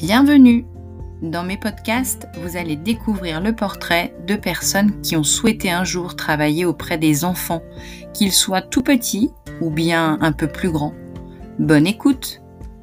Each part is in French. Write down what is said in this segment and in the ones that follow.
Bienvenue! Dans mes podcasts, vous allez découvrir le portrait de personnes qui ont souhaité un jour travailler auprès des enfants, qu'ils soient tout petits ou bien un peu plus grands. Bonne écoute!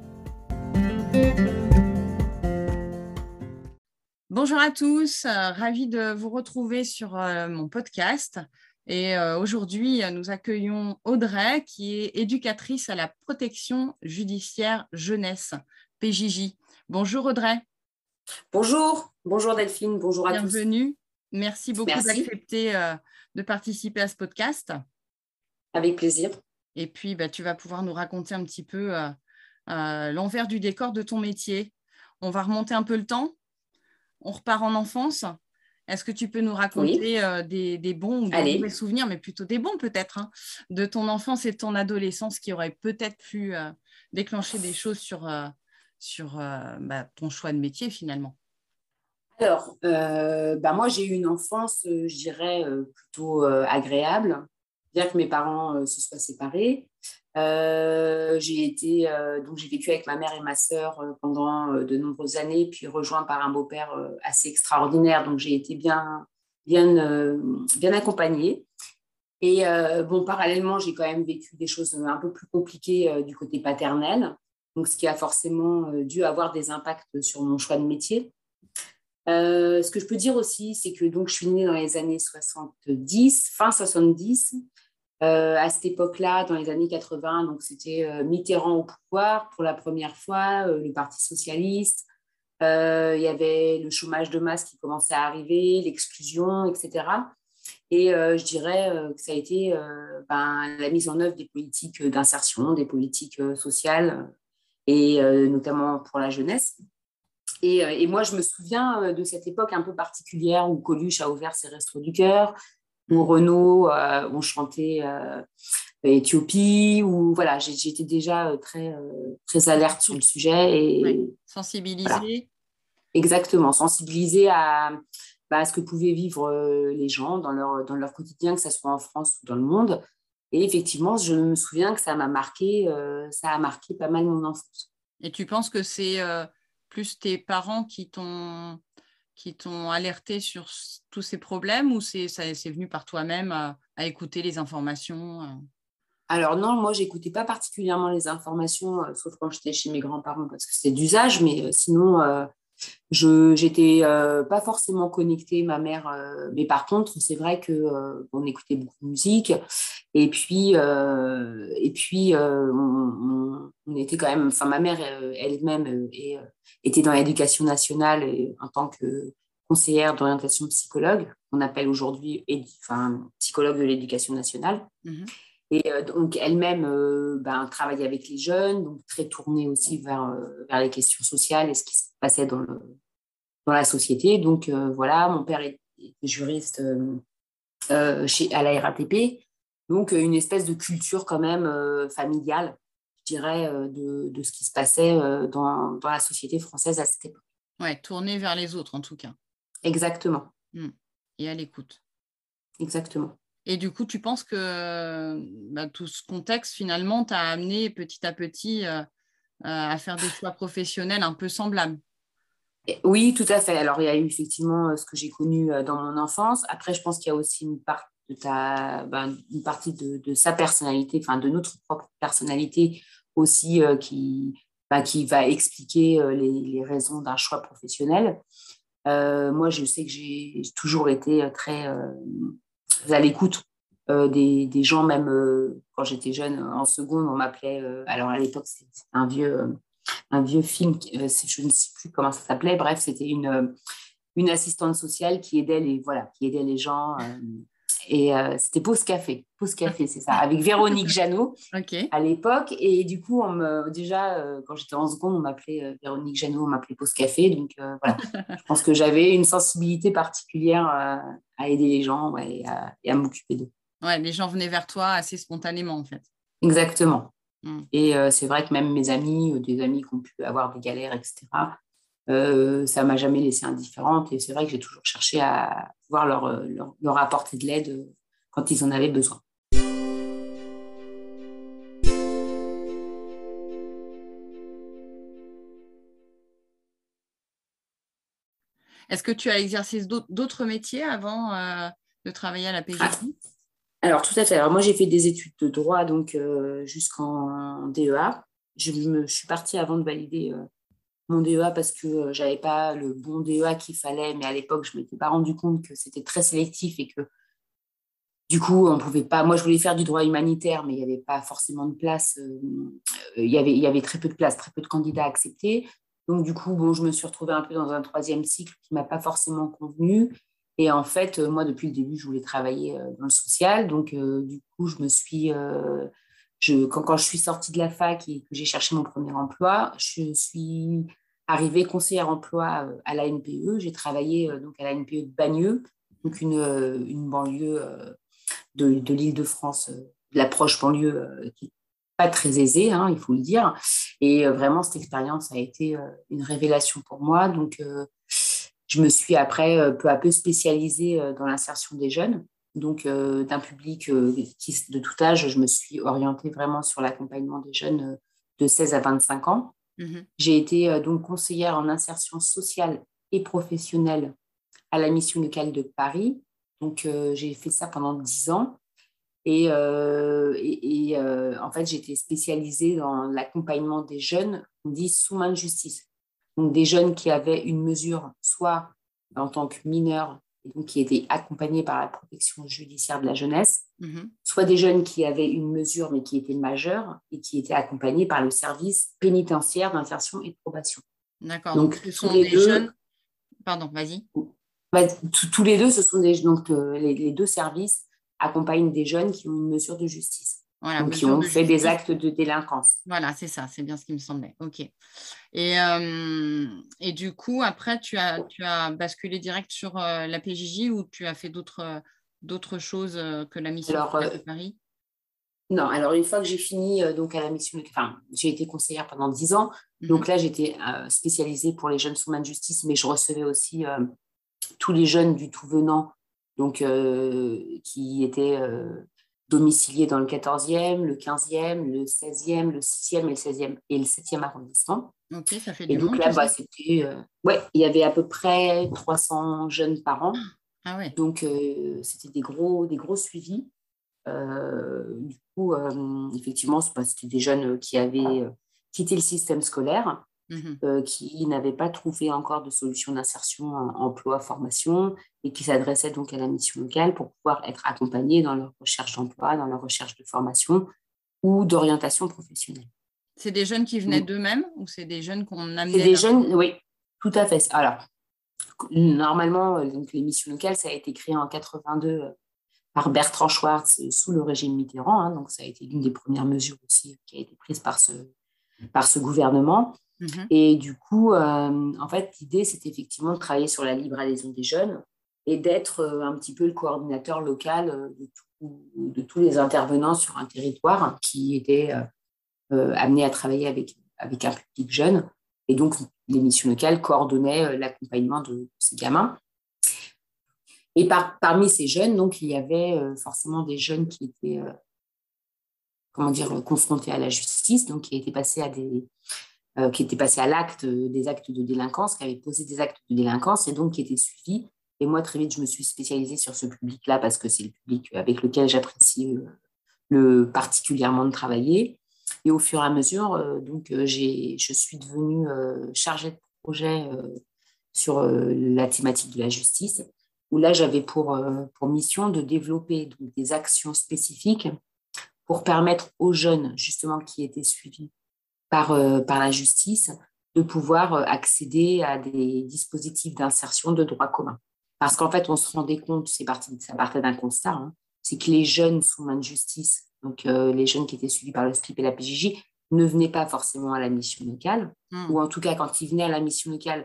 Bonjour à tous, ravie de vous retrouver sur mon podcast. Et aujourd'hui, nous accueillons Audrey, qui est éducatrice à la protection judiciaire jeunesse, PJJ. Bonjour Audrey. Bonjour Delphine, bonjour à tous. Bienvenue. Merci beaucoup d'accepter de participer à ce podcast. Avec plaisir. Et puis, tu vas pouvoir nous raconter un petit peu l'envers du décor de ton métier. On va remonter un peu le temps. On repart en enfance. Est-ce que tu peux nous raconter des bons ou des mauvais souvenirs, mais plutôt des bons peut-être, de ton enfance et de ton adolescence qui auraient peut-être pu déclencher des choses sur ton choix de métier finalement? Alors, moi, j'ai eu une enfance, je dirais, plutôt agréable, bien que mes parents se soient séparés. J'ai vécu avec ma mère et ma sœur pendant de nombreuses années, puis rejoint par un beau-père assez extraordinaire. Donc, j'ai été bien accompagnée. Et parallèlement, j'ai quand même vécu des choses un peu plus compliquées du côté paternel, donc ce qui a forcément dû avoir des impacts sur mon choix de métier. Ce que je peux dire aussi, c'est que donc, je suis née dans les années 70, fin 70. À cette époque-là, dans les années 80, donc c'était Mitterrand au pouvoir pour la première fois, le Parti socialiste. Il y avait le chômage de masse qui commençait à arriver, l'exclusion, etc. Et je dirais que ça a été la mise en œuvre des politiques d'insertion, des politiques sociales, et notamment pour la jeunesse. Et moi, je me souviens de cette époque un peu particulière où Coluche a ouvert ses Restos du Cœur, où Renaud, on chantait Éthiopie, où voilà, j'étais déjà très alerte sur le sujet. Et sensibilisée. Voilà. Exactement, sensibilisée à ce que pouvaient vivre les gens dans leur quotidien, que ce soit en France ou dans le monde. Et effectivement, je me souviens que ça a marqué pas mal mon enfance. Et tu penses que c'est plus tes parents qui t'ont alerté sur tous ces problèmes, ou c'est venu par toi-même à écouter les informations? Alors non, moi, j'écoutais pas particulièrement les informations, sauf quand j'étais chez mes grands-parents, parce que c'était d'usage, mais sinon, je n'étais pas forcément connectée, ma mère. Mais par contre, c'est vrai qu'on écoutait beaucoup de musique. Et puis on était quand même, enfin ma mère elle-même était dans l'éducation nationale en tant que conseillère d'orientation psychologue, on appelle aujourd'hui psychologue de l'éducation nationale. Mm-hmm. Et donc elle-même travaillait avec les jeunes, donc très tournée aussi vers les questions sociales et ce qui se passait dans la société. Donc voilà, mon père était juriste à la RATP. Donc, une espèce de culture quand même familiale, je dirais, de ce qui se passait dans la société française à cette époque. Ouais, tournée vers les autres en tout cas. Exactement. Et à l'écoute. Exactement. Et du coup, tu penses que tout ce contexte, finalement, t'a amené petit à petit à faire des choix professionnels un peu semblables? Oui, tout à fait. Alors, il y a eu effectivement ce que j'ai connu dans mon enfance. Après, je pense qu'il y a aussi une partie de sa personnalité, enfin de notre propre personnalité aussi qui va expliquer les raisons d'un choix professionnel. Moi, je sais que j'ai toujours été très à l'écoute des gens, même quand j'étais jeune, en seconde, on m'appelait, alors à l'époque, c'est un vieux film, je ne sais plus comment ça s'appelait, bref, c'était une assistante sociale qui aidait les gens. Et c'était Pause Café, c'est ça, avec Véronique Jeannot à l'époque. Et du coup, quand j'étais en seconde, on m'appelait Véronique Jeannot, on m'appelait Pause Café. Donc voilà, je pense que j'avais une sensibilité particulière à aider les gens et à m'occuper d'eux. Ouais, les gens venaient vers toi assez spontanément en fait. Exactement. Et c'est vrai que même mes amis, des amis qui ont pu avoir des galères, etc., ça ne m'a jamais laissée indifférente. Et c'est vrai que j'ai toujours cherché à pouvoir leur apporter de l'aide quand ils en avaient besoin. Est-ce que tu as exercé d'autres métiers avant de travailler à la PJJ? Alors, tout à fait. Alors, moi, j'ai fait des études de droit donc jusqu'en DEA. Je suis partie avant de valider mon DEA parce que je n'avais pas le bon DEA qu'il fallait, mais à l'époque, je ne m'étais pas rendu compte que c'était très sélectif et que du coup, on pouvait pas. Moi, je voulais faire du droit humanitaire, mais il n'y avait pas forcément de place. Il y avait très peu de place, très peu de candidats acceptés. Donc, du coup, bon, je me suis retrouvée un peu dans un troisième cycle qui ne m'a pas forcément convenu. Et en fait, moi, depuis le début, je voulais travailler dans le social. Donc, du coup, quand je suis sortie de la fac et que j'ai cherché mon premier emploi, je suis arrivée conseillère emploi à la NPE. J'ai travaillé donc à la NPE de Bagneux, donc une banlieue de l'Île-de-France, de la proche banlieue qui n'est pas très aisée, hein, il faut le dire. Et vraiment, cette expérience a été une révélation pour moi. Donc, je me suis après peu à peu spécialisée dans l'insertion des jeunes. Donc, d'un public de tout âge, je me suis orientée vraiment sur l'accompagnement des jeunes de 16 à 25 ans. J'ai été donc conseillère en insertion sociale et professionnelle à la mission locale de Paris. Donc, j'ai fait ça pendant 10 ans. Et en fait, j'étais spécialisée dans l'accompagnement des jeunes, on dit sous main de justice. Donc, des jeunes qui avaient une mesure, soit en tant que mineurs, et donc qui étaient accompagnés par la protection judiciaire de la jeunesse, soit des jeunes qui avaient une mesure, mais qui étaient majeurs et qui étaient accompagnés par le service pénitentiaire d'insertion et de probation. D'accord. Donc, ce sont des jeunes. Pardon, vas-y. Tous les deux, ce sont donc les deux services accompagnent des jeunes qui ont une mesure de justice, voilà, donc qui ont fait des actes de délinquance. Voilà, c'est ça, c'est bien ce qui me semblait. OK. Et du coup, après, tu as basculé direct sur la PJJ ou tu as fait d'autres choses que la mission de Paris? Non, alors une fois que j'ai fini donc à la mission, enfin, j'ai été conseillère pendant 10 ans. Donc là, j'étais spécialisée pour les jeunes sous main de justice, mais je recevais aussi tous les jeunes du tout venant, donc qui étaient domiciliés dans le 14e, le 15e, le 16e, le 6e et le 16e et le 7e arrondissement. Ok, ça fait et du donc monde, là, c'était il y avait à peu près 300 jeunes par an. Ah ouais. Donc c'était des gros suivis. Du coup, effectivement, c'était des jeunes qui avaient quitté le système scolaire, qui n'avaient pas trouvé encore de solution d'insertion, emploi, formation, et qui s'adressaient donc à la mission locale pour pouvoir être accompagnés dans leur recherche d'emploi, dans leur recherche de formation ou d'orientation professionnelle. C'est des jeunes qui venaient d'eux-mêmes ou c'est des jeunes qu'on amenait? C'est des jeunes, oui, tout à fait. Alors, normalement, donc, les missions locales, ça a été créé en 82 par Bertrand Schwartz sous le régime Mitterrand. Hein, donc, ça a été l'une des premières mesures aussi qui a été prise par ce gouvernement. Et du coup, en fait, l'idée, c'était effectivement de travailler sur la libre adhésion des jeunes et d'être un petit peu le coordinateur local de tous les intervenants sur un territoire qui étaient amenés à travailler avec un public jeune. Et donc, les missions locales coordonnaient l'accompagnement de ces gamins. Et parmi ces jeunes, donc, il y avait forcément des jeunes qui étaient confrontés à la justice, donc qui étaient passés à l'acte, des actes de délinquance, qui avaient posé des actes de délinquance et donc qui étaient suivis. Et moi, très vite, je me suis spécialisée sur ce public-là parce que c'est le public avec lequel j'apprécie particulièrement de travailler. Et au fur et à mesure, je suis devenue chargée de projet sur la thématique de la justice, où là, j'avais pour mission de développer donc, des actions spécifiques pour permettre aux jeunes, justement, qui étaient suivis par la justice, de pouvoir accéder à des dispositifs d'insertion de droit commun. Parce qu'en fait, on se rendait compte, ça partait d'un constat, hein, c'est que les jeunes sous main de justice, donc les jeunes qui étaient suivis par le SPIP et la PJJ, ne venaient pas forcément à la mission locale, ou en tout cas, quand ils venaient à la mission locale,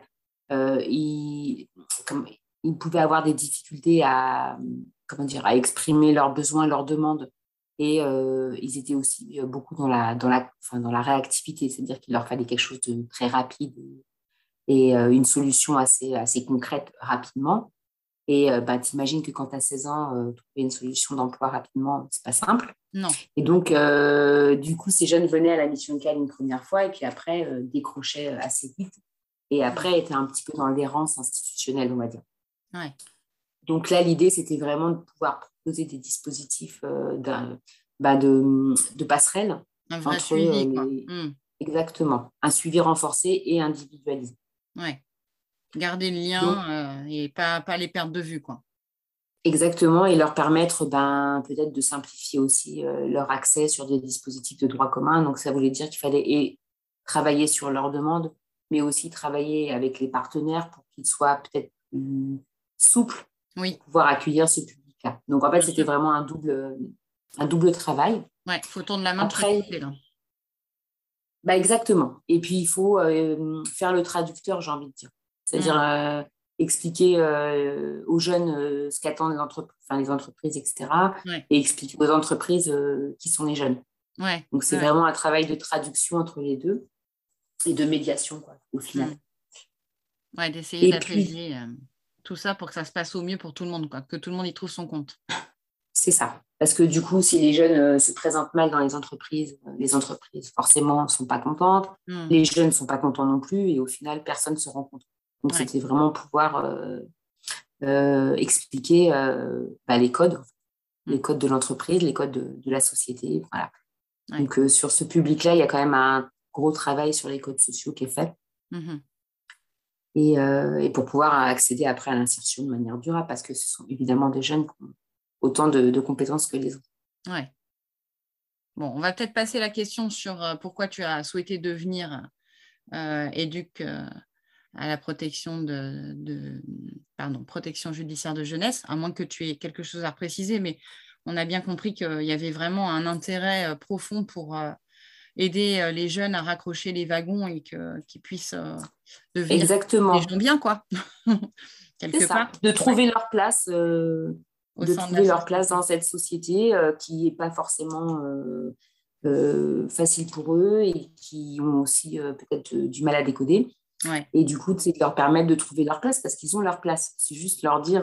ils pouvaient avoir des difficultés à exprimer leurs besoins, leurs demandes. Et ils étaient aussi beaucoup dans la réactivité, c'est-à-dire qu'il leur fallait quelque chose de très rapide et une solution assez concrète rapidement. Et t'imagines que quand tu as 16 ans, trouver une solution d'emploi rapidement, c'est pas simple. Non. Et donc, du coup, ces jeunes venaient à la mission locale une première fois et puis après décrochaient assez vite et après était un petit peu dans l'errance institutionnelle, on va dire. Ouais. Donc là, l'idée, c'était vraiment de pouvoir proposer des dispositifs de passerelle Un vrai entre suivi, quoi. Exactement, un suivi renforcé et individualisé. Ouais. Garder le Donc, lien et pas les perdre de vue, quoi. exactement, et leur permettre peut-être de simplifier aussi leur accès sur des dispositifs de droit commun. Donc, ça voulait dire qu'il fallait travailler sur leurs demandes, mais aussi travailler avec les partenaires pour qu'ils soient peut-être plus souples pour pouvoir accueillir ce public-là. Donc, en fait, c'était vraiment un double travail. Ouais, il faut tendre la main de chaque côté, là. Exactement. Et puis, il faut faire le traducteur, j'ai envie de dire. C'est-à-dire expliquer aux jeunes ce qu'attendent les entreprises, etc. Ouais. Et expliquer aux entreprises qui sont les jeunes. Ouais. Donc, c'est vraiment un travail de traduction entre les deux et de médiation, quoi, au final. Ouais, d'essayer d'apaiser tout ça pour que ça se passe au mieux pour tout le monde, quoi, que tout le monde y trouve son compte. C'est ça. Parce que du coup, si les jeunes se présentent mal dans les entreprises forcément ne sont pas contentes. Les jeunes ne sont pas contents non plus. Et au final, personne ne se rend compte. Donc, c'était vraiment pouvoir expliquer les codes de l'entreprise, les codes de la société. Voilà. Ouais. Donc, sur ce public-là, il y a quand même un gros travail sur les codes sociaux qui est fait. Et pour pouvoir accéder après à l'insertion de manière durable, parce que ce sont évidemment des jeunes qui ont autant de compétences que les autres. Ouais. Bon, on va peut-être passer la question sur pourquoi tu as souhaité devenir éduc à la protection protection judiciaire de jeunesse, à moins que tu aies quelque chose à préciser, mais on a bien compris qu'il y avait vraiment un intérêt profond pour aider les jeunes à raccrocher les wagons et qu'ils puissent devenir Exactement. des gens bien, quoi. Quelque part. De trouver leur place, place dans cette société qui n'est pas forcément facile pour eux et qui ont aussi peut-être du mal à décoder. Ouais. Et du coup, c'est de leur permettre de trouver leur place parce qu'ils ont leur place. C'est juste leur dire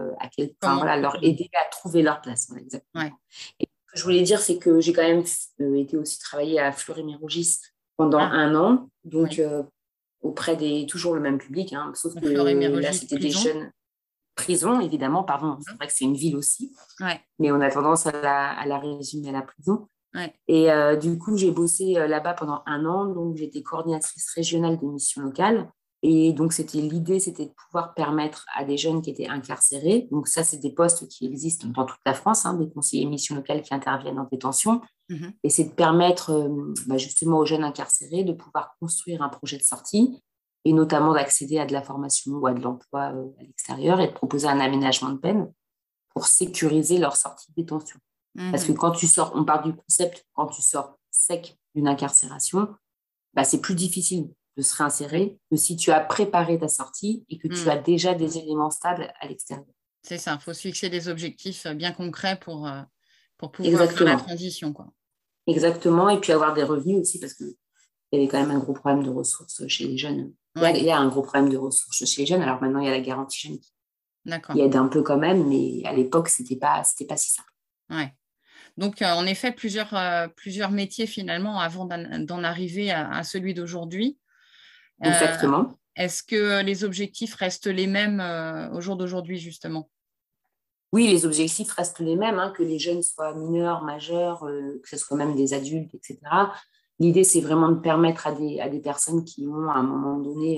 leur aider à trouver leur place. Voilà, exactement. Ouais. Et ce que je voulais dire, c'est que j'ai quand même été aussi travailler à Fleury-Mérogis pendant 1 an. Donc, auprès toujours le même public, hein, sauf que là, c'était des jeunes. Prison, évidemment, pardon, c'est vrai que c'est une ville aussi, mais on a tendance à la résumer à la prison. Ouais. Et du coup, j'ai bossé là-bas pendant 1 an, donc j'étais coordinatrice régionale des missions locales. Et donc, l'idée, c'était de pouvoir permettre à des jeunes qui étaient incarcérés, donc ça, c'est des postes qui existent dans toute la France, hein, des conseillers missions locales qui interviennent en détention, et c'est de permettre justement aux jeunes incarcérés de pouvoir construire un projet de sortie, et notamment d'accéder à de la formation ou à de l'emploi à l'extérieur et de proposer un aménagement de peine pour sécuriser leur sortie de détention. Parce que quand tu sors, on part du concept, quand tu sors sec d'une incarcération, c'est plus difficile de se réinsérer que si tu as préparé ta sortie et que tu as déjà des éléments stables à l'extérieur. C'est ça, il faut se fixer des objectifs bien concrets pour pouvoir faire la transition, quoi. Exactement, et puis avoir des revenus aussi, parce qu'il y avait quand même un gros problème de ressources chez les jeunes. Il y a un gros problème de ressources chez les jeunes. Alors maintenant, il y a la garantie jeune qui aide un peu quand même, mais à l'époque, c'était pas si simple. Ouais. Donc, en effet, plusieurs métiers finalement avant d'en arriver à celui d'aujourd'hui. Exactement. Est-ce que les objectifs restent les mêmes au jour d'aujourd'hui, justement? Oui, les objectifs restent les mêmes, hein, que les jeunes soient mineurs, majeurs, que ce soit même des adultes, etc. L'idée, c'est vraiment de permettre à des personnes qui ont, à un moment donné,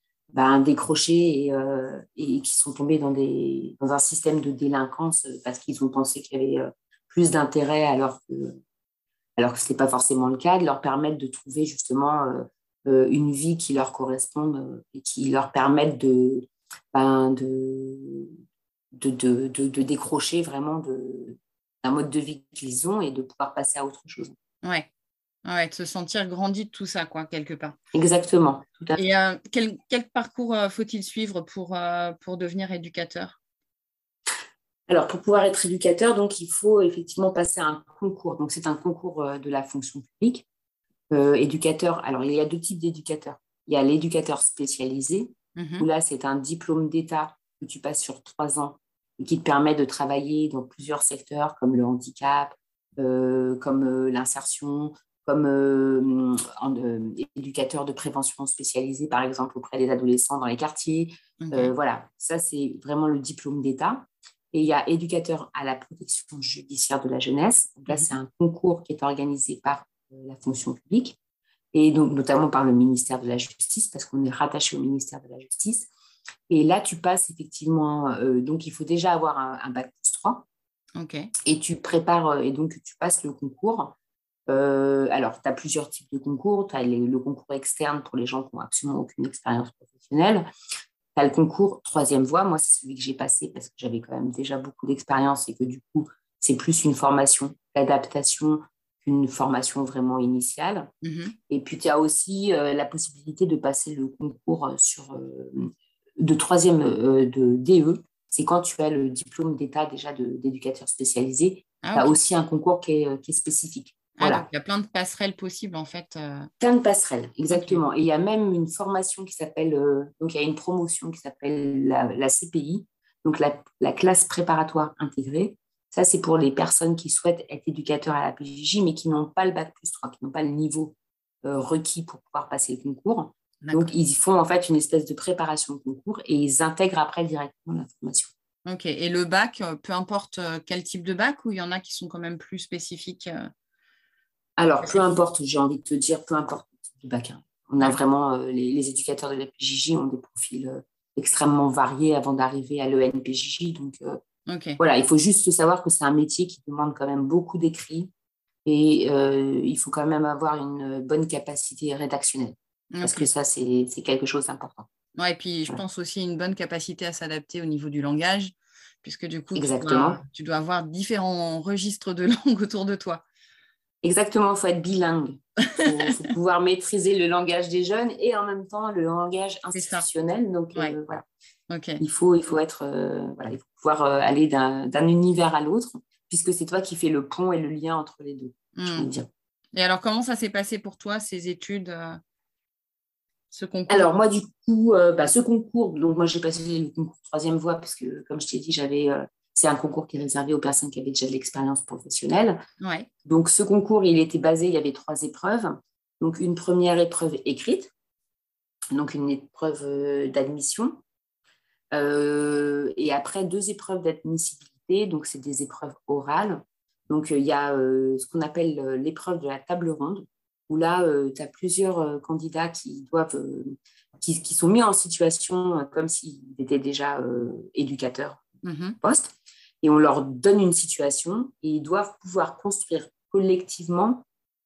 décroché et qui sont tombées dans un système de délinquance parce qu'ils ont pensé qu'il y avait plus d'intérêt alors que ce n'était pas forcément le cas, de leur permettre de trouver justement une vie qui leur corresponde et qui leur permette de décrocher vraiment d'un mode de vie qu'ils ont et de pouvoir passer à autre chose. Ouais, de se sentir grandi de tout ça, quoi, quelque part. Exactement. Tout à fait. Et quel parcours faut-il suivre pour devenir éducateur? Alors, pour pouvoir être éducateur, donc, il faut effectivement passer un concours. Donc, c'est un concours de la fonction publique. Éducateur, alors, il y a 2 types d'éducateurs. Il y a l'éducateur spécialisé, où là, c'est un diplôme d'État que tu passes sur 3 ans et qui te permet de travailler dans plusieurs secteurs comme le handicap, comme l'insertion, comme éducateur de prévention spécialisé, par exemple, auprès des adolescents dans les quartiers. Okay. Voilà, ça, c'est vraiment le diplôme d'État. Et il y a éducateur à la protection judiciaire de la jeunesse. Donc là, c'est un concours qui est organisé par la fonction publique et donc notamment par le ministère de la Justice, parce qu'on est rattaché au ministère de la Justice. Et là, tu passes effectivement, donc il faut déjà avoir un bac plus 3. Okay. Et tu prépares, et donc tu passes le concours. Alors, tu as plusieurs types de concours. Tu as le concours externe pour les gens qui n'ont absolument aucune expérience professionnelle. Tu as le concours troisième voie. Moi, c'est celui que j'ai passé parce que j'avais quand même déjà beaucoup d'expérience et que du coup, c'est plus une formation d'adaptation qu'une formation vraiment initiale. Et puis, tu as aussi la possibilité de passer le concours de troisième de DE. C'est quand tu as le diplôme d'État déjà d'éducateur spécialisé. Tu as aussi un concours qui est spécifique. Voilà. Donc il y a plein de passerelles possibles en fait. Plein de passerelles, exactement. Okay. Et il y a même une formation qui s'appelle, donc il y a une promotion qui s'appelle la CPI, donc la classe préparatoire intégrée. Ça, c'est pour les personnes qui souhaitent être éducateurs à la PJJ, mais qui n'ont pas le bac plus 3, qui n'ont pas le niveau requis pour pouvoir passer le concours. Donc, ils font en fait une espèce de préparation au concours et ils intègrent après directement la formation. Ok. Et le bac, peu importe quel type de bac, ou il y en a qui sont quand même plus spécifiques Alors, peu importe, j'ai envie de te dire, peu importe le type de bac. On a vraiment, les éducateurs de la PJJ ont des profils extrêmement variés avant d'arriver à l'ENPJJ. Donc, voilà, il faut juste savoir que c'est un métier qui demande quand même beaucoup d'écrits et il faut quand même avoir une bonne capacité rédactionnelle. Parce que ça, c'est quelque chose d'important. Ouais, et puis, je pense aussi une bonne capacité à s'adapter au niveau du langage, puisque du coup, tu dois avoir différents registres de langue autour de toi. Exactement, il faut être bilingue. Il faut pouvoir maîtriser le langage des jeunes et en même temps le langage institutionnel. Donc, voilà. Okay. Il faut être, il faut pouvoir aller d'un univers à l'autre, puisque c'est toi qui fais le pont et le lien entre les deux. Je veux dire. Et alors, comment ça s'est passé pour toi, ces études, ce concours? Alors, moi, du coup, ce concours, donc moi, j'ai passé le concours troisième voie, parce que, comme je t'ai dit, c'est un concours qui est réservé aux personnes qui avaient déjà de l'expérience professionnelle. Ouais. Donc, ce concours, il était basé, il y avait 3 épreuves. Donc, une première épreuve écrite, donc une épreuve d'admission. Et après, 2 épreuves d'admissibilité, donc c'est des épreuves orales. Donc, il y a ce qu'on appelle l'épreuve de la table ronde, où là, tu as plusieurs candidats qui sont mis en situation comme s'ils étaient déjà éducateurs poste, et on leur donne une situation et ils doivent pouvoir construire collectivement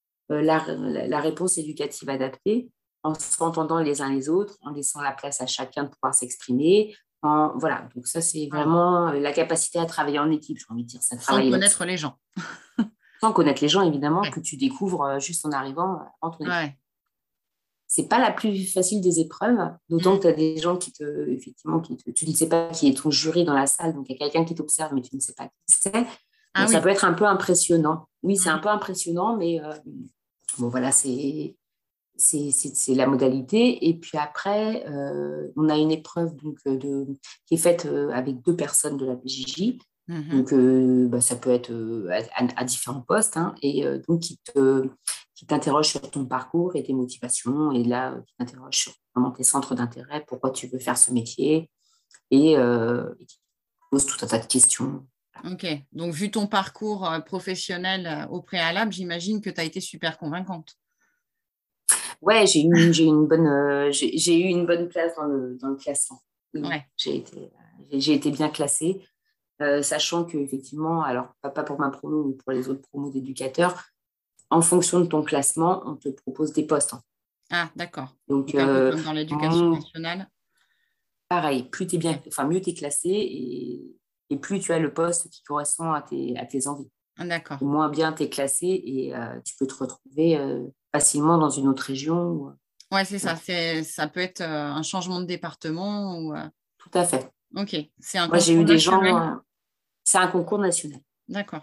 la réponse éducative adaptée en s'entendant les uns les autres, en laissant la place à chacun de pouvoir s'exprimer. Voilà, donc ça, c'est vraiment la capacité à travailler en équipe, j'ai envie de dire. Sans connaître les gens. Sans connaître les gens, évidemment, que tu découvres juste en arrivant en ton équipe. C'est pas la plus facile des épreuves, d'autant que tu as des gens tu ne sais pas qui est ton jury dans la salle, donc il y a quelqu'un qui t'observe, mais tu ne sais pas qui c'est. Donc, ça peut être un peu impressionnant. Oui, c'est un peu impressionnant, mais bon, voilà, c'est la modalité. Et puis après, on a une épreuve qui est faite avec 2 personnes de la PJJ. Donc, ça peut être à différents postes, et donc qui t'interroge sur ton parcours et tes motivations, et là, qui t'interroge sur vraiment tes centres d'intérêt, pourquoi tu veux faire ce métier, et qui pose tout un tas de questions. Ok, donc vu ton parcours professionnel au préalable, j'imagine que tu as été super convaincante. Ouais, j'ai eu une bonne place dans le classement. Oui, ouais. J'ai été bien classée. Sachant qu'effectivement, alors pas pour ma promo, mais pour les autres promos d'éducateurs, en fonction de ton classement, on te propose des postes. Ah, d'accord. Donc un peu comme dans l'éducation nationale. Pareil, plus tu es bien, mieux tu es classé et plus tu as le poste qui correspond à tes envies. Ah, d'accord. Moins bien tu es classé et tu peux te retrouver facilement dans une autre région. Ouais, c'est ça. Ça peut être un changement de département. Ou, Tout à fait. Ok. C'est un Moi, j'ai eu des gens. C'est un concours national. D'accord.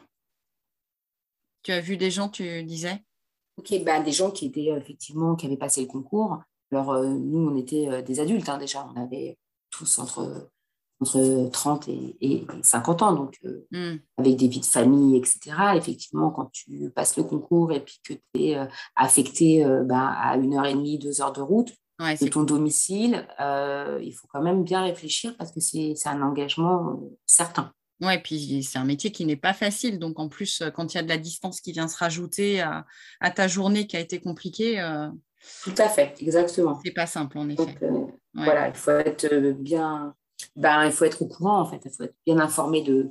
Tu as vu des gens, tu disais? Ok, des gens qui étaient effectivement, qui avaient passé le concours. Alors, nous, on était des adultes déjà. On avait tous entre entre 30 et 50 ans, donc avec des vies de famille, etc. Effectivement, quand tu passes le concours et puis que tu es affecté à 1h30, 2 heures de route de ton domicile, il faut quand même bien réfléchir parce que c'est un engagement certain. Oui, et puis c'est un métier qui n'est pas facile. Donc, en plus, quand il y a de la distance qui vient se rajouter à ta journée qui a été compliquée, tout à fait, exactement. C'est pas simple, en effet. Donc, voilà, il faut être bien... il faut être au courant, en fait. Il faut être bien informé de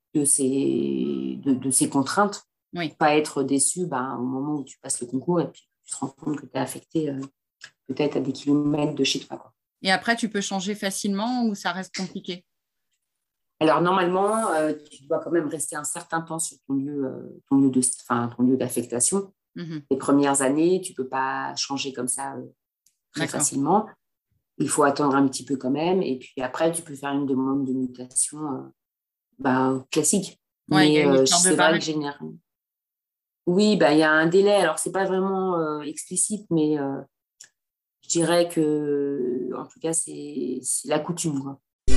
ces contraintes. Oui. Pas être déçu au moment où tu passes le concours et puis tu te rends compte que tu es affecté peut-être à des kilomètres de chez toi, quoi. Et après, tu peux changer facilement ou ça reste compliqué? Alors, normalement, tu dois quand même rester un certain temps sur ton lieu d'affectation. Les premières années, tu ne peux pas changer comme ça très facilement. Il faut attendre un petit peu quand même. Et puis après, tu peux faire une demande de mutation classique. Ouais, il y a une mais histoire de c'est vrai barème. que généralement... Oui, il y a un délai. Alors, ce n'est pas vraiment explicite, mais je dirais que, en tout cas, c'est la coutume, quoi.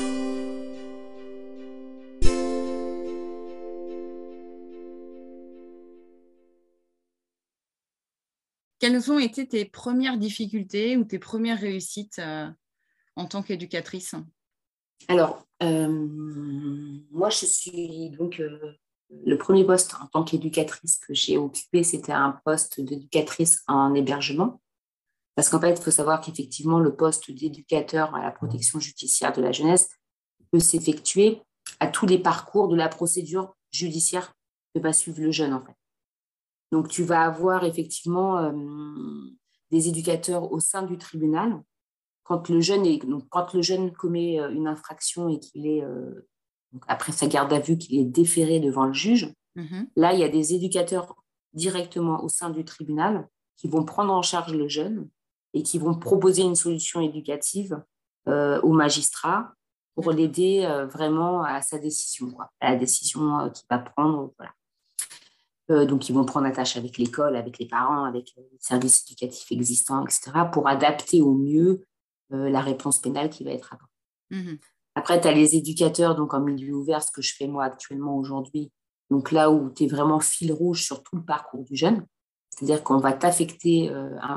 Quelles ont été tes premières difficultés ou tes premières réussites en tant qu'éducatrice? Alors, moi, je suis donc le premier poste en tant qu'éducatrice que j'ai occupé, c'était un poste d'éducatrice en hébergement. Parce qu'en fait, il faut savoir qu'effectivement, le poste d'éducateur à la protection judiciaire de la jeunesse peut s'effectuer à tous les parcours de la procédure judiciaire que va suivre le jeune, en fait. Donc, tu vas avoir effectivement des éducateurs au sein du tribunal. Quand le jeune commet une infraction et qu'il est, après sa garde à vue, qu'il est déféré devant le juge, là, il y a des éducateurs directement au sein du tribunal qui vont prendre en charge le jeune et qui vont proposer une solution éducative au magistrat pour l'aider vraiment à sa décision, quoi, à la décision qu'il va prendre. Voilà. Donc, ils vont prendre attache avec l'école, avec les parents, avec les services éducatifs existants, etc., pour adapter au mieux la réponse pénale qui va être apportée. Après, tu as les éducateurs donc en milieu ouvert, ce que je fais moi actuellement aujourd'hui. Donc là où tu es vraiment fil rouge sur tout le parcours du jeune. C'est-à-dire qu'on va t'affecter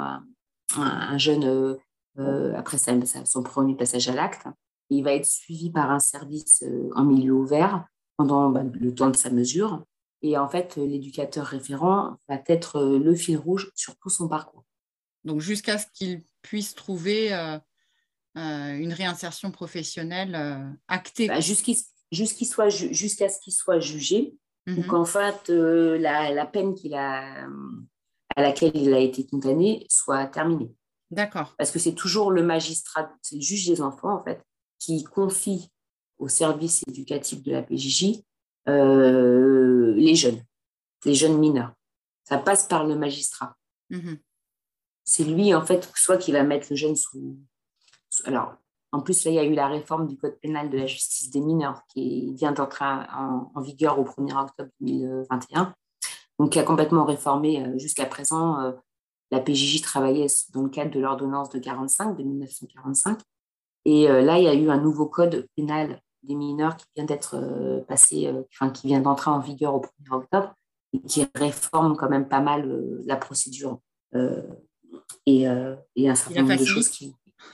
un jeune après son premier passage à l'acte. Il va être suivi par un service en milieu ouvert pendant le temps de sa mesure. Et en fait, l'éducateur référent va être le fil rouge sur tout son parcours. Donc, jusqu'à ce qu'il puisse trouver une réinsertion professionnelle actée. Jusqu'à ce qu'il soit jugé, ou qu'en fait, la peine à laquelle il a été condamné soit terminée. D'accord. Parce que c'est toujours le magistrat, c'est le juge des enfants, en fait, qui confie au service éducatif de la PJJ les jeunes mineurs. Ça passe par le magistrat. C'est lui, en fait, soit qui va mettre le jeune alors, en plus, là, il y a eu la réforme du Code pénal de la justice des mineurs qui vient d'entrer en vigueur au 1er octobre 2021, donc qui a complètement réformé jusqu'à présent. La PJJ travaillait dans le cadre de l'ordonnance de 1945. Et là, il y a eu un nouveau code pénal des mineurs qui vient d'être qui vient d'entrer en vigueur au 1er octobre et qui réforme quand même pas mal la procédure et un certain nombre de choses qui...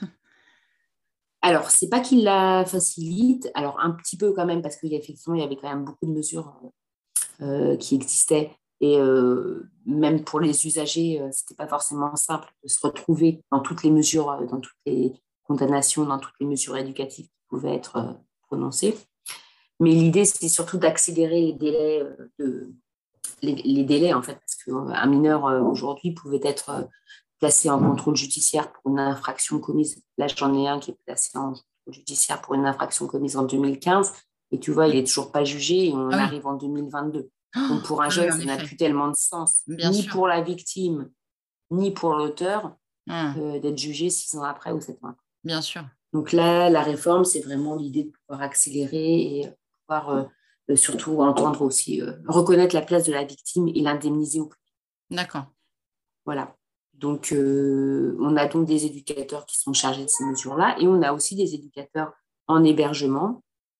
Alors, c'est pas qu'il la facilite, alors un petit peu quand même, parce qu'effectivement, il y avait quand même beaucoup de mesures qui existaient. Et même pour les usagers, c'était pas forcément simple de se retrouver dans toutes les mesures, dans toutes les condamnations, dans toutes les mesures éducatives qui pouvaient être prononcées. Mais l'idée, c'est surtout d'accélérer les délais, en fait, parce qu'un mineur aujourd'hui pouvait être placé en contrôle judiciaire pour une infraction commise. Là, j'en ai un qui est placé en contrôle judiciaire pour une infraction commise en 2015. Et tu vois, il n'est toujours pas jugé et on arrive en 2022. Donc, pour un jeune, ça n'a plus tellement de sens, ni pour la victime, ni pour l'auteur, d'être jugé 6 ans après ou 7 ans après. Bien sûr. Donc là, la réforme, c'est vraiment l'idée de pouvoir accélérer et pouvoir surtout entendre aussi, reconnaître la place de la victime et l'indemniser au plus vite. D'accord. Voilà. Donc, on a donc des éducateurs qui sont chargés de ces mesures-là et on a aussi des éducateurs en hébergement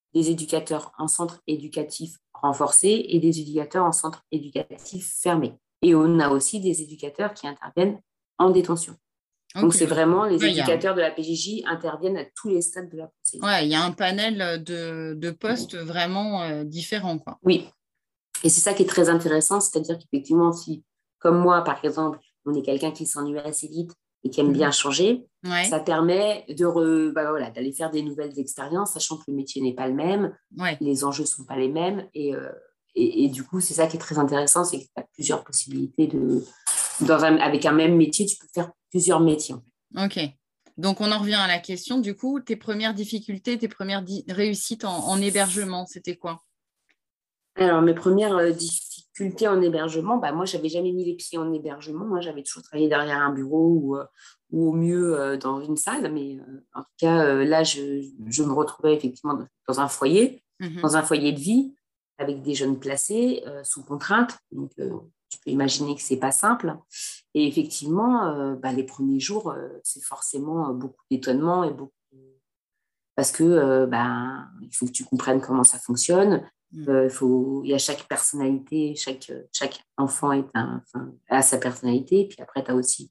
des éducateurs en centre éducatif renforcé et des éducateurs en centre éducatif fermé. Et on a aussi des éducateurs qui interviennent en détention. Donc, c'est vraiment les éducateurs de la PJJ interviennent à tous les stades de la procédure. Ouais, il y a un panel de postes vraiment différents, quoi. Oui, et c'est ça qui est très intéressant, c'est-à-dire qu'effectivement, si, comme moi, par exemple, on est quelqu'un qui s'ennuie assez vite et qui aime bien changer, ça permet d'aller faire des nouvelles expériences, sachant que le métier n'est pas le même, les enjeux ne sont pas les mêmes. Et du coup, c'est ça qui est très intéressant, c'est que tu as plusieurs possibilités avec un même métier, tu peux faire plusieurs métiers. Ok. Donc, on en revient à la question. Du coup, tes premières difficultés, tes premières réussites en hébergement, c'était quoi? Alors, mes premières difficultés en hébergement, moi, je n'avais jamais mis les pieds en hébergement. Moi, j'avais toujours travaillé derrière un bureau ou au mieux dans une salle. Mais en tout cas, là, je me retrouvais effectivement dans un foyer, dans un foyer de vie, avec des jeunes placés sous contrainte. Donc, tu peux imaginer que ce n'est pas simple. Et effectivement, les premiers jours, c'est forcément beaucoup d'étonnement et beaucoup parce que il faut que tu comprennes comment ça fonctionne. Il y a chaque personnalité, chaque enfant a sa personnalité. Puis après, tu as aussi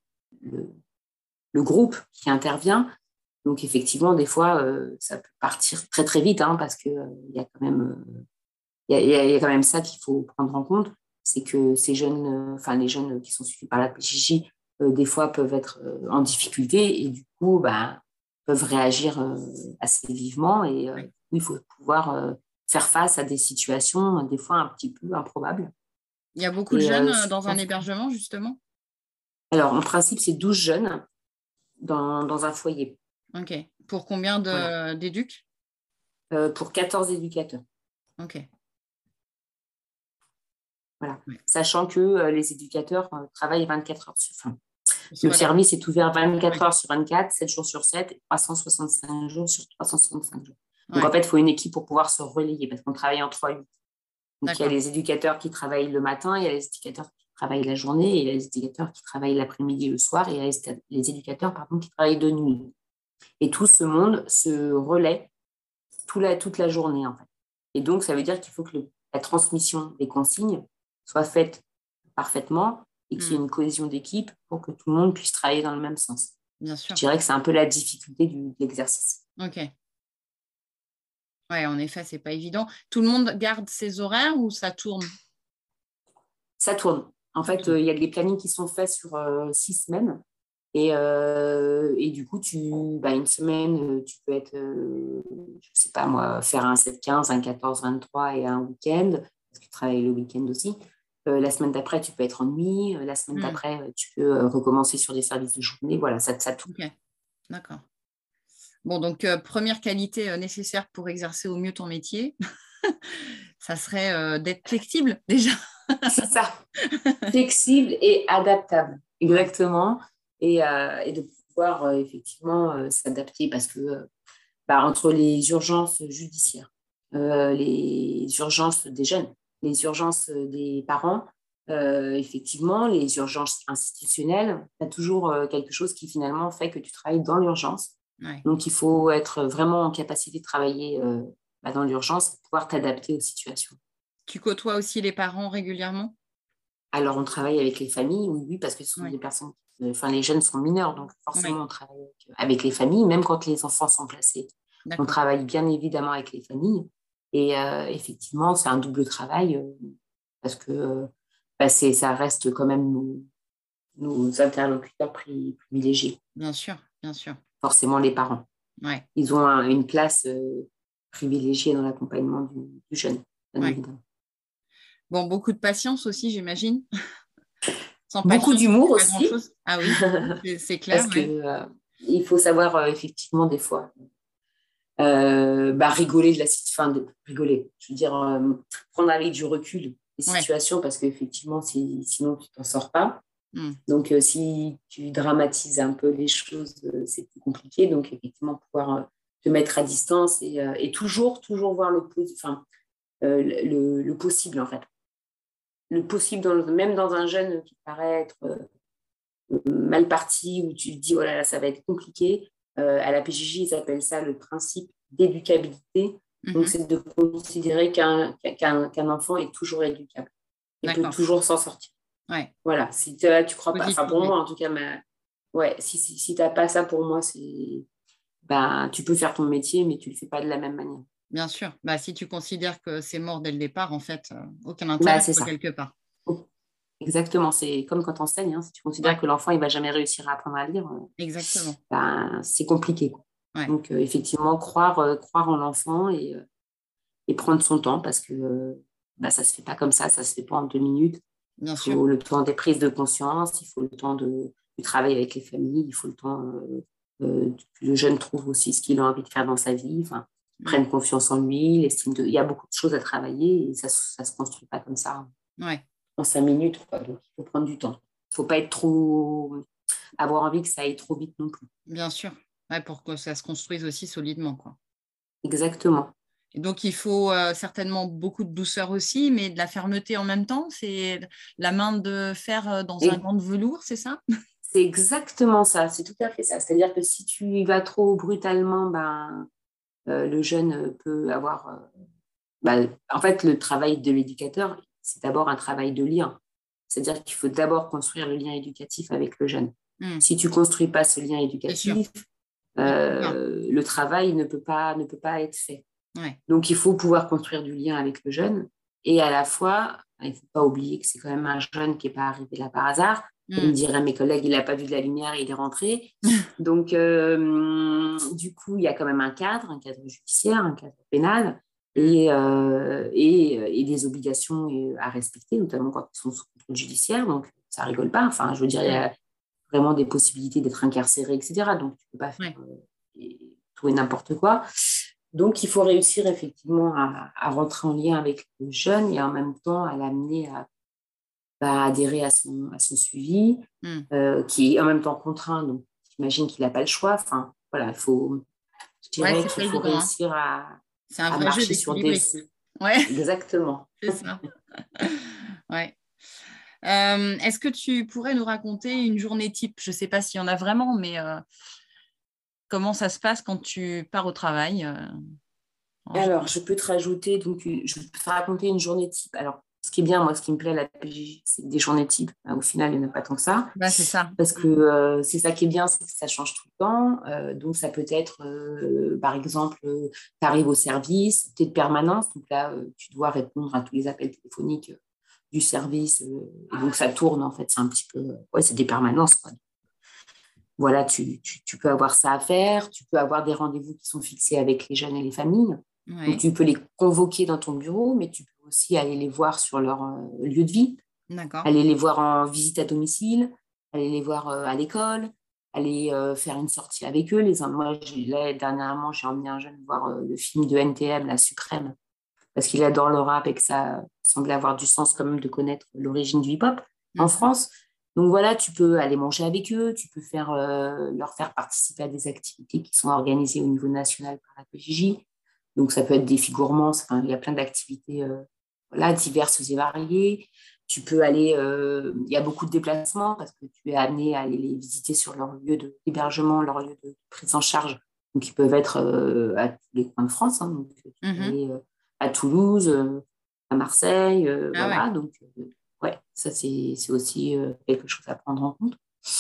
le groupe qui intervient. Donc, effectivement, des fois, ça peut partir très, très vite parce qu'il y a quand même, il y a quand même ça qu'il faut prendre en compte. C'est que ces jeunes, les jeunes qui sont suivis par la PJJ, des fois peuvent être en difficulté et du coup, peuvent réagir assez vivement. Et il faut pouvoir faire face à des situations, des fois un petit peu improbables. Il y a beaucoup de jeunes dans un hébergement, justement? Alors, en principe, c'est 12 jeunes dans un foyer. Ok. Pour combien d'éducs? Pour 14 éducateurs. Ok. Voilà. Sachant que les éducateurs travaillent 24 heures sur 24. Le service est ouvert 24 heures sur 24, 7 jours sur 7, et 365 jours sur 365 jours. Donc, en fait, il faut une équipe pour pouvoir se relayer parce qu'on travaille en 3-8. Donc, il y a les éducateurs qui travaillent le matin, il y a les éducateurs qui travaillent la journée, et il y a les éducateurs qui travaillent l'après-midi et le soir, et il y a les éducateurs qui travaillent de nuit. Et tout ce monde se relaie toute la journée, en fait. Et donc, ça veut dire qu'il faut que la transmission des consignes soit faite parfaitement et qu'il y ait une cohésion d'équipe pour que tout le monde puisse travailler dans le même sens. Bien sûr. Je dirais que c'est un peu la difficulté de l'exercice. Ok. Oui, en effet, ce n'est pas évident. Tout le monde garde ses horaires ou ça tourne? Ça tourne. En fait, il y a des plannings qui sont faits sur 6 semaines. Et du coup, une semaine, tu peux être, je ne sais pas moi, faire un 7-15, un 14-23 et un week-end, parce que tu travailles le week-end aussi. La semaine d'après, tu peux être en nuit. La semaine d'après, tu peux recommencer sur des services de journée. Voilà, ça tourne. Ok, d'accord. Bon, donc, première qualité nécessaire pour exercer au mieux ton métier, ça serait d'être flexible déjà. C'est ça. Flexible et adaptable, exactement. Et de pouvoir effectivement s'adapter parce que entre les urgences judiciaires, les urgences des jeunes, les urgences des parents, effectivement, les urgences institutionnelles, tu as toujours quelque chose qui finalement fait que tu travailles dans l'urgence. Ouais. Donc, il faut être vraiment en capacité de travailler dans l'urgence pour pouvoir t'adapter aux situations. Tu côtoies aussi les parents régulièrement? Alors, on travaille avec les familles, oui, parce que ce sont des personnes, les jeunes sont mineurs, donc forcément, on travaille avec les familles, même quand les enfants sont placés. On travaille bien évidemment avec les familles. Et effectivement, c'est un double travail parce que ça reste quand même nos interlocuteurs privilégiés. Bien sûr, bien sûr. Forcément, les parents. Ouais. Ils ont une place privilégiée dans l'accompagnement du jeune, bien évidemment. Bon, beaucoup de patience aussi, j'imagine. Sans beaucoup d'humour aussi. Ah oui, c'est clair. Parce qu'il faut savoir effectivement des fois rigoler de la situation. Rigoler, je veux dire, prendre avec du recul les situations parce qu'effectivement, sinon, tu t'en sors pas. Donc, si tu dramatises un peu les choses, c'est plus compliqué. Donc, effectivement, pouvoir te mettre à distance et toujours voir le possible, en fait. Le possible, même dans un jeune qui paraît être mal parti, où tu te dis, oh là là, ça va être compliqué. À la PJJ, ils appellent ça le principe d'éducabilité. Donc, c'est de considérer qu'un enfant est toujours éducable et peut toujours s'en sortir. Ouais. Voilà, si tu ne crois pas, enfin pour moi en tout cas, ouais, si tu n'as pas ça pour moi, tu peux faire ton métier, mais tu ne le fais pas de la même manière. Bien sûr. Si tu considères que c'est mort dès le départ, en fait, aucun intérêt c'est ça. quelque part. Exactement, c'est comme quand tu enseignes, si tu considères que l'enfant il va jamais réussir à apprendre à lire, exactement. C'est compliqué. Ouais. Donc effectivement, croire en l'enfant et prendre son temps parce que ça se fait pas comme ça se fait pas en 2 minutes. Bien faut sûr. le temps des prises de conscience, il faut le temps du travail avec les familles, il faut le temps que le jeune trouve aussi ce qu'il a envie de faire dans sa vie, prenne confiance en lui, il y a beaucoup de choses à travailler et ça se construit pas comme ça en 5 minutes, quoi. Donc il faut prendre du temps. Il faut pas avoir envie que ça aille trop vite non plus. Bien sûr, pour que ça se construise aussi solidement, quoi. Exactement. Et donc il faut certainement beaucoup de douceur aussi, mais de la fermeté en même temps. C'est la main de fer dans un gant de velours, c'est ça? C'est exactement ça, c'est tout à fait ça. C'est-à-dire que si tu y vas trop brutalement, le jeune peut avoir... en fait, le travail de l'éducateur, c'est d'abord un travail de lien. C'est-à-dire qu'il faut d'abord construire le lien éducatif avec le jeune. Si tu ne construis pas ce lien éducatif, le travail ne peut pas être fait. Ouais. Donc, il faut pouvoir construire du lien avec le jeune. Et à la fois, il ne faut pas oublier que c'est quand même un jeune qui n'est pas arrivé là par hasard. Comme diraient mes collègues, il n'a pas vu de la lumière et il est rentré. Donc, du coup, il y a quand même un cadre judiciaire, un cadre pénal et des obligations à respecter, notamment quand ils sont sous contrôle judiciaire. Donc, ça ne rigole pas. Enfin, je veux dire, il y a vraiment des possibilités d'être incarcéré, etc. Donc, tu ne peux pas faire tout et n'importe quoi. Donc, il faut réussir effectivement à rentrer en lien avec le jeune et en même temps à l'amener à adhérer à son suivi, qui est en même temps contraint. Donc, j'imagine qu'il n'a pas le choix. Enfin, voilà, je dirais qu'il faut réussir à marcher sur des... Ouais. Exactement. C'est ça. Ouais. Est-ce que tu pourrais nous raconter une journée type? Je ne sais pas s'il y en a vraiment, mais comment ça se passe quand tu pars au travail? Alors, je peux te raconter une journée type. Alors, ce qui est bien, moi, ce qui me plaît à la PJJ, c'est des journées types. Au final, il n'y en a pas tant que ça. C'est ça. Parce que c'est ça qui est bien, c'est que ça change tout le temps. Donc, ça peut être, par exemple, tu arrives au service, tu es de permanence. Donc là, tu dois répondre à tous les appels téléphoniques du service. Et donc, ça tourne, en fait. C'est un petit peu... c'est des permanences, quoi. Voilà, tu peux avoir ça à faire. Tu peux avoir des rendez-vous qui sont fixés avec les jeunes et les familles. Ouais. Donc, tu peux les convoquer dans ton bureau, mais tu peux aussi aller les voir sur leur lieu de vie. D'accord. Aller les voir en visite à domicile, aller les voir à l'école, aller faire une sortie avec eux. Moi, dernièrement, j'ai emmené un jeune voir le film de NTM, La Suprême, parce qu'il adore le rap et que ça semblait avoir du sens quand même de connaître l'origine du hip-hop en France. Donc voilà, tu peux aller manger avec eux, tu peux leur faire participer à des activités qui sont organisées au niveau national par la PJJ. Donc ça peut être défis gourmands, il y a plein d'activités diverses et variées. Tu peux aller, il y a beaucoup de déplacements parce que tu es amené à aller les visiter sur leur lieu d'hébergement, leur lieu de prise en charge. Donc ils peuvent être à tous les coins de France. Donc tu peux aller à Toulouse, à Marseille, voilà. Ouais. Donc ça c'est aussi quelque chose à prendre en compte.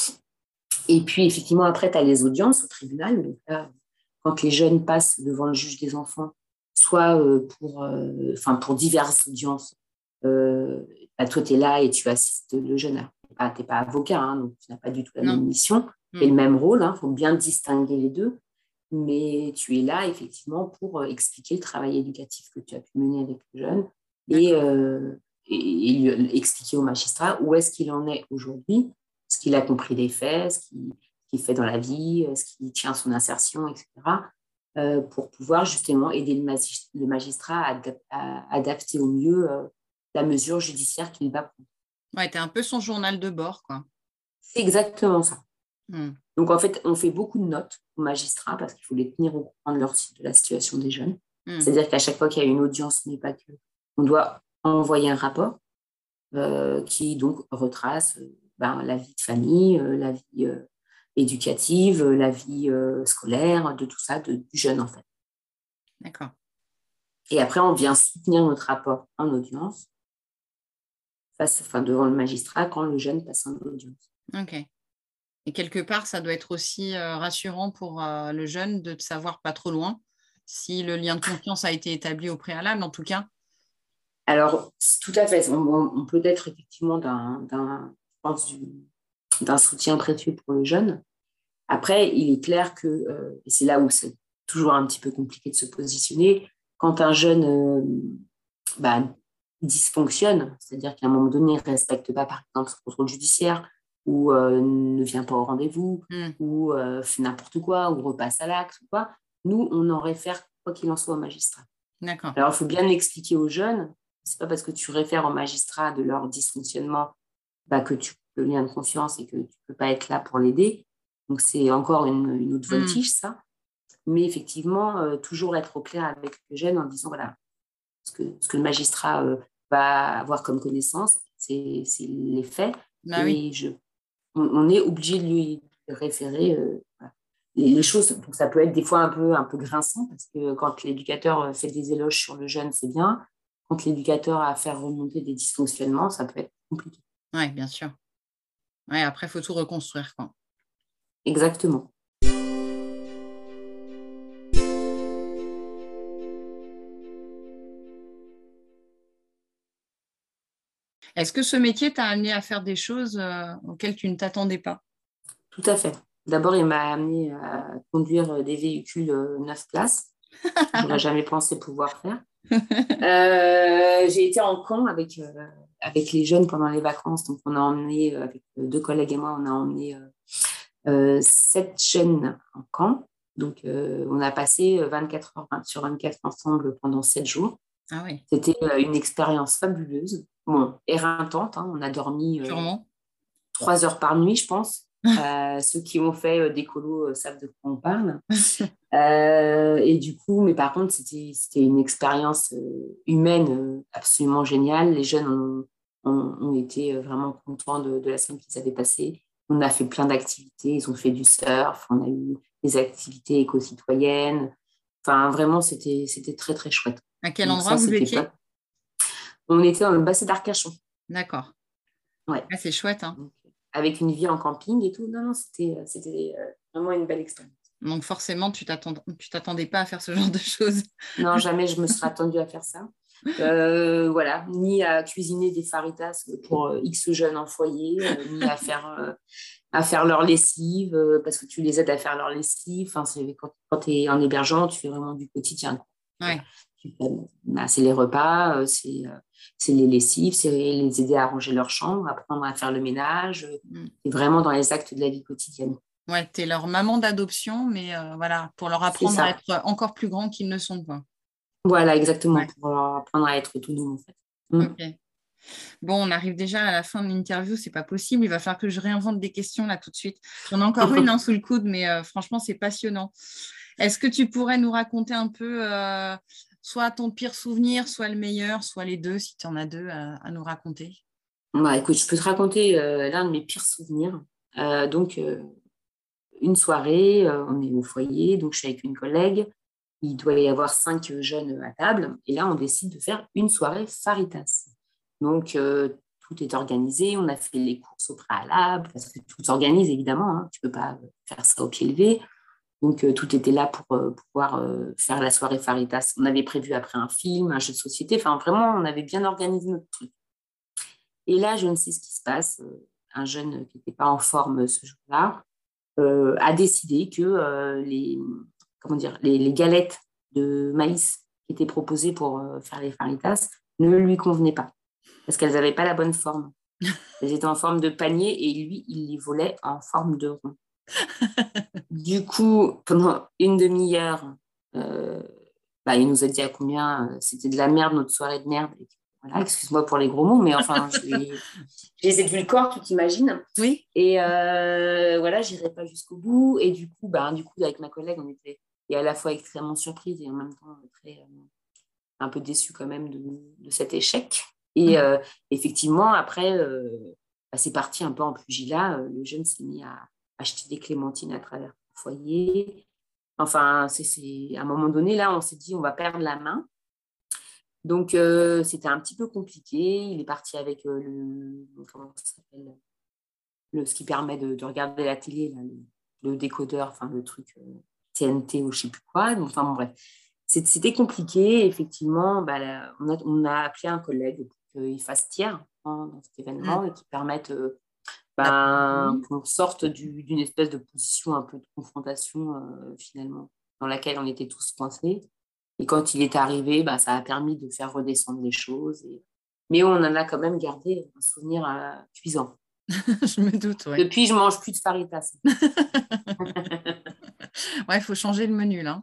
Et puis effectivement après tu as les audiences au tribunal. Donc là, quand les jeunes passent devant le juge des enfants, soit pour diverses audiences, toi, tu es là et tu assistes le jeune. Tu n'es pas avocat, donc tu n'as pas du tout la même mission et le même rôle. Il faut bien distinguer les deux. Mais tu es là, effectivement, pour expliquer le travail éducatif que tu as pu mener avec le jeune et lui expliquer au magistrat où est-ce qu'il en est aujourd'hui, ce qu'il a compris des faits, ce qu'il fait dans la vie, ce qui tient à son insertion, etc. Pour pouvoir justement aider le magistrat à adapter au mieux la mesure judiciaire qu'il va prendre. Ouais, tu es un peu son journal de bord, quoi. C'est exactement ça. Donc, en fait, on fait beaucoup de notes aux magistrats parce qu'il faut les tenir au courant de la situation des jeunes. C'est-à-dire qu'à chaque fois qu'il y a une audience, mais pas que, on doit envoyer un rapport qui, donc, retrace la vie de famille, la vie éducative, la vie scolaire, de tout ça, du jeune, en fait. D'accord. Et après, on vient soutenir notre rapport en audience devant le magistrat quand le jeune passe en audience. Ok. Et quelque part, ça doit être aussi rassurant pour le jeune de te savoir pas trop loin si le lien de confiance a été établi au préalable, en tout cas. Alors, tout à fait. On peut être effectivement d'un soutien précieux pour le jeune. Après, il est clair que, et c'est là où c'est toujours un petit peu compliqué de se positionner, quand un jeune dysfonctionne, c'est-à-dire qu'à un moment donné, il ne respecte pas, par exemple, le contrôle judiciaire, ou ne vient pas au rendez-vous, ou fait n'importe quoi, ou repasse à l'acte, ou quoi, nous, on en réfère, quoi qu'il en soit, au magistrat. D'accord. Alors, il faut bien expliquer aux jeunes, c'est pas parce que tu réfères au magistrat de leur dysfonctionnement que tu peux lien de confiance et que tu ne peux pas être là pour l'aider. Donc, c'est encore une autre voltige, ça. Mais effectivement, toujours être au clair avec le jeune en disant, voilà, ce que le magistrat va avoir comme connaissance, c'est les faits. Et on est obligé de lui référer les choses. Donc, ça peut être des fois un peu grinçant, parce que quand l'éducateur fait des éloges sur le jeune, c'est bien. Quand l'éducateur a à faire remonter des dysfonctionnements, ça peut être compliqué. Oui, bien sûr. Ouais, après, il faut tout reconstruire, quoi. Exactement. Est-ce que ce métier t'a amené à faire des choses auxquelles tu ne t'attendais pas? Tout à fait. D'abord, il m'a amené à conduire des véhicules 9 places. Je n'aurais jamais pensé pouvoir faire. J'ai été en camp avec les jeunes pendant les vacances. Donc, on a emmené, avec 2 collègues et moi, on a emmené 7 jeunes en camp. Donc, on a passé 24 heures sur 24 ensemble pendant 7 jours. Ah oui. C'était une expérience fabuleuse. Bon, éreintante. On a dormi 3 heures par nuit, je pense. Ceux qui ont fait des colos savent de quoi on parle. Et du coup, mais par contre, c'était une expérience humaine absolument géniale. Les jeunes ont été vraiment contents de la semaine qu'ils avaient passée. On a fait plein d'activités. Ils ont fait du surf. On a eu des activités éco-citoyennes. Enfin, vraiment, c'était très, très chouette. À quel Donc, endroit vous étiez? On était dans le bassin d'Arcachon. D'accord. Ouais. Ah, c'est chouette. Hein. Donc, avec une vie en camping et tout. Non, c'était vraiment une belle expérience. Donc forcément, tu t'attendais pas à faire ce genre de choses. Non, jamais je me serais attendue à faire ça. Voilà, ni à cuisiner des faritas pour X jeunes en foyer, ni à faire leur lessive, parce que tu les aides à faire leur lessive. Enfin, quand tu es en hébergement, tu fais vraiment du quotidien. Ouais. C'est les repas, c'est les lessives, c'est les aider à ranger leur chambre, apprendre à faire le ménage. C'est vraiment dans les actes de la vie quotidienne. Ouais, tu es leur maman d'adoption, mais voilà, pour leur apprendre à être encore plus grands qu'ils ne sont pas. Voilà, exactement, pour leur apprendre à être autonomes, en fait. Ok. Bon, on arrive déjà à la fin de l'interview, c'est pas possible. Il va falloir que je réinvente des questions là tout de suite. J'en ai encore une sous le coude, mais franchement, c'est passionnant. Est-ce que tu pourrais nous raconter un peu soit ton pire souvenir, soit le meilleur, soit les deux, si tu en as deux à nous raconter? Écoute, je peux te raconter l'un de mes pires souvenirs. Donc, une soirée, on est au foyer, donc je suis avec une collègue. Il doit y avoir 5 jeunes à table. Et là, on décide de faire une soirée faritas. Donc, tout est organisé. On a fait les courses au préalable, parce que tout s'organise, évidemment. Tu ne peux pas faire ça au pied levé. Donc, tout était là pour pouvoir faire la soirée faritas. On avait prévu après un film, un jeu de société. Enfin, vraiment, on avait bien organisé notre truc. Et là, je ne sais ce qui se passe. Un jeune qui n'était pas en forme ce jour-là a décidé que les galettes de maïs qui étaient proposées pour faire les faritas ne lui convenaient pas parce qu'elles n'avaient pas la bonne forme. Elles étaient en forme de panier et lui, il les volait en forme de rond. Du coup, pendant une demi-heure, il nous a dit à combien c'était de la merde, notre soirée de merde. Voilà, excuse-moi pour les gros mots, mais enfin, j'ai séduit le corps, tu t'imagines. Oui. Et voilà, j'irai pas jusqu'au bout. Et du coup, avec ma collègue, on était à la fois extrêmement surprise et en même temps un peu déçue quand même de cet échec. Et effectivement, après, c'est parti un peu en pugilat. Le jeune s'est mis à acheter des clémentines à travers le foyer. Enfin, c'est à un moment donné, là, on s'est dit, on va perdre la main. Donc, c'était un petit peu compliqué. Il est parti avec comment ça s'appelle, ce qui permet de regarder la télé, là, le décodeur, enfin le truc TNT ou je ne sais plus quoi. Donc, enfin, bon, bref. C'était compliqué. Effectivement, on a appelé un collègue pour qu'il fasse tiers dans cet événement et qui permette qu'on sorte d'une espèce de position un peu de confrontation, finalement, dans laquelle on était tous coincés. Et quand il est arrivé, ça a permis de faire redescendre les choses. Mais on en a quand même gardé un souvenir cuisant. Je me doute, ouais. Depuis, je ne mange plus de faritas. Ouais, il faut changer le menu, là.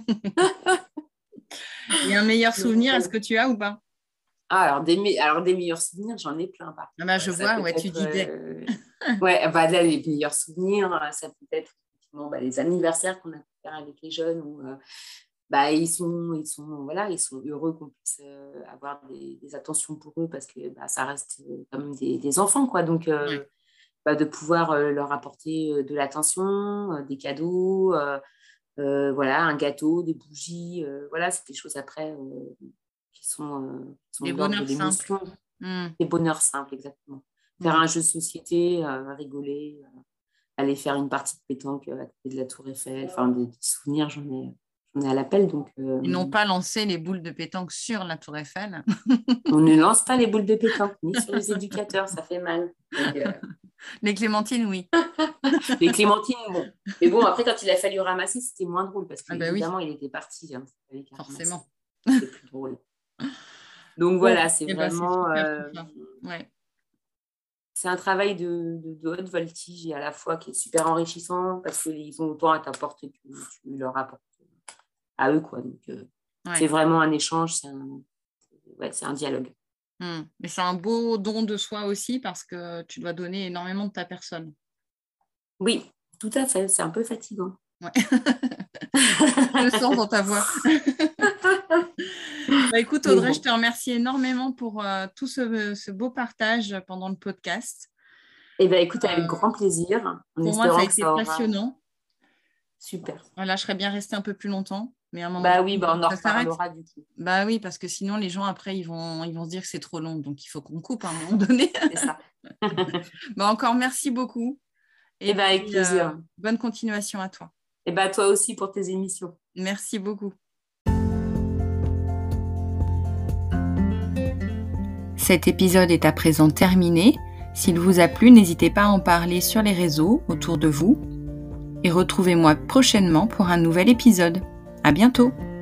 Il y a un meilleur souvenir, est-ce que tu as ou pas? Alors, des meilleurs souvenirs, j'en ai plein. Je vois, ouais, tu disais. Là, les meilleurs souvenirs, ça peut être effectivement les anniversaires qu'on a pu faire avec les jeunes où ils sont heureux qu'on puisse avoir des attentions pour eux parce que ça reste quand même des enfants, quoi. Donc, de pouvoir leur apporter de l'attention, des cadeaux, un gâteau, des bougies, c'est des choses après qui sont des de l'ordre bonheurs de l'émotion. simples. Des bonheurs simples, exactement. Faire un jeu de société, rigoler, aller faire une partie de pétanque à côté de la Tour Eiffel, enfin des souvenirs, j'en ai à l'appel. Donc, Ils n'ont pas lancé les boules de pétanque sur la Tour Eiffel. On ne lance pas les boules de pétanque, ni sur les éducateurs, ça fait mal. Donc, les clémentines, oui. Les clémentines, bon. Mais bon, après, quand il a fallu ramasser, c'était moins drôle parce qu'évidemment, il était parti. Forcément. C'était plus drôle. Donc voilà, c'est vraiment... C'est un travail de haute voltige et à la fois qui est super enrichissant parce qu'ils ont autant à t'apporter que tu leur apportes à eux, quoi. Donc, c'est vraiment un échange, c'est un dialogue. Mais c'est un beau don de soi aussi parce que tu dois donner énormément de ta personne. Oui, tout à fait. C'est un peu fatigant. Ouais. Je le sens dans ta voix. Écoute, Audrey, je te remercie énormément pour tout ce beau partage pendant le podcast. Écoute, avec grand plaisir. Pour moi, ça a été passionnant. Super. Voilà, je serais bien restée un peu plus longtemps. Mais à un moment donné, on en reparlera du coup. Oui, parce que sinon, les gens, après, ils vont se dire que c'est trop long. Donc, il faut qu'on coupe à un moment donné. C'est ça. Encore merci beaucoup. Et avec plaisir. Bonne continuation à toi. Et toi aussi pour tes émissions. Merci beaucoup. Cet épisode est à présent terminé. S'il vous a plu, n'hésitez pas à en parler sur les réseaux autour de vous. Et retrouvez-moi prochainement pour un nouvel épisode. À bientôt!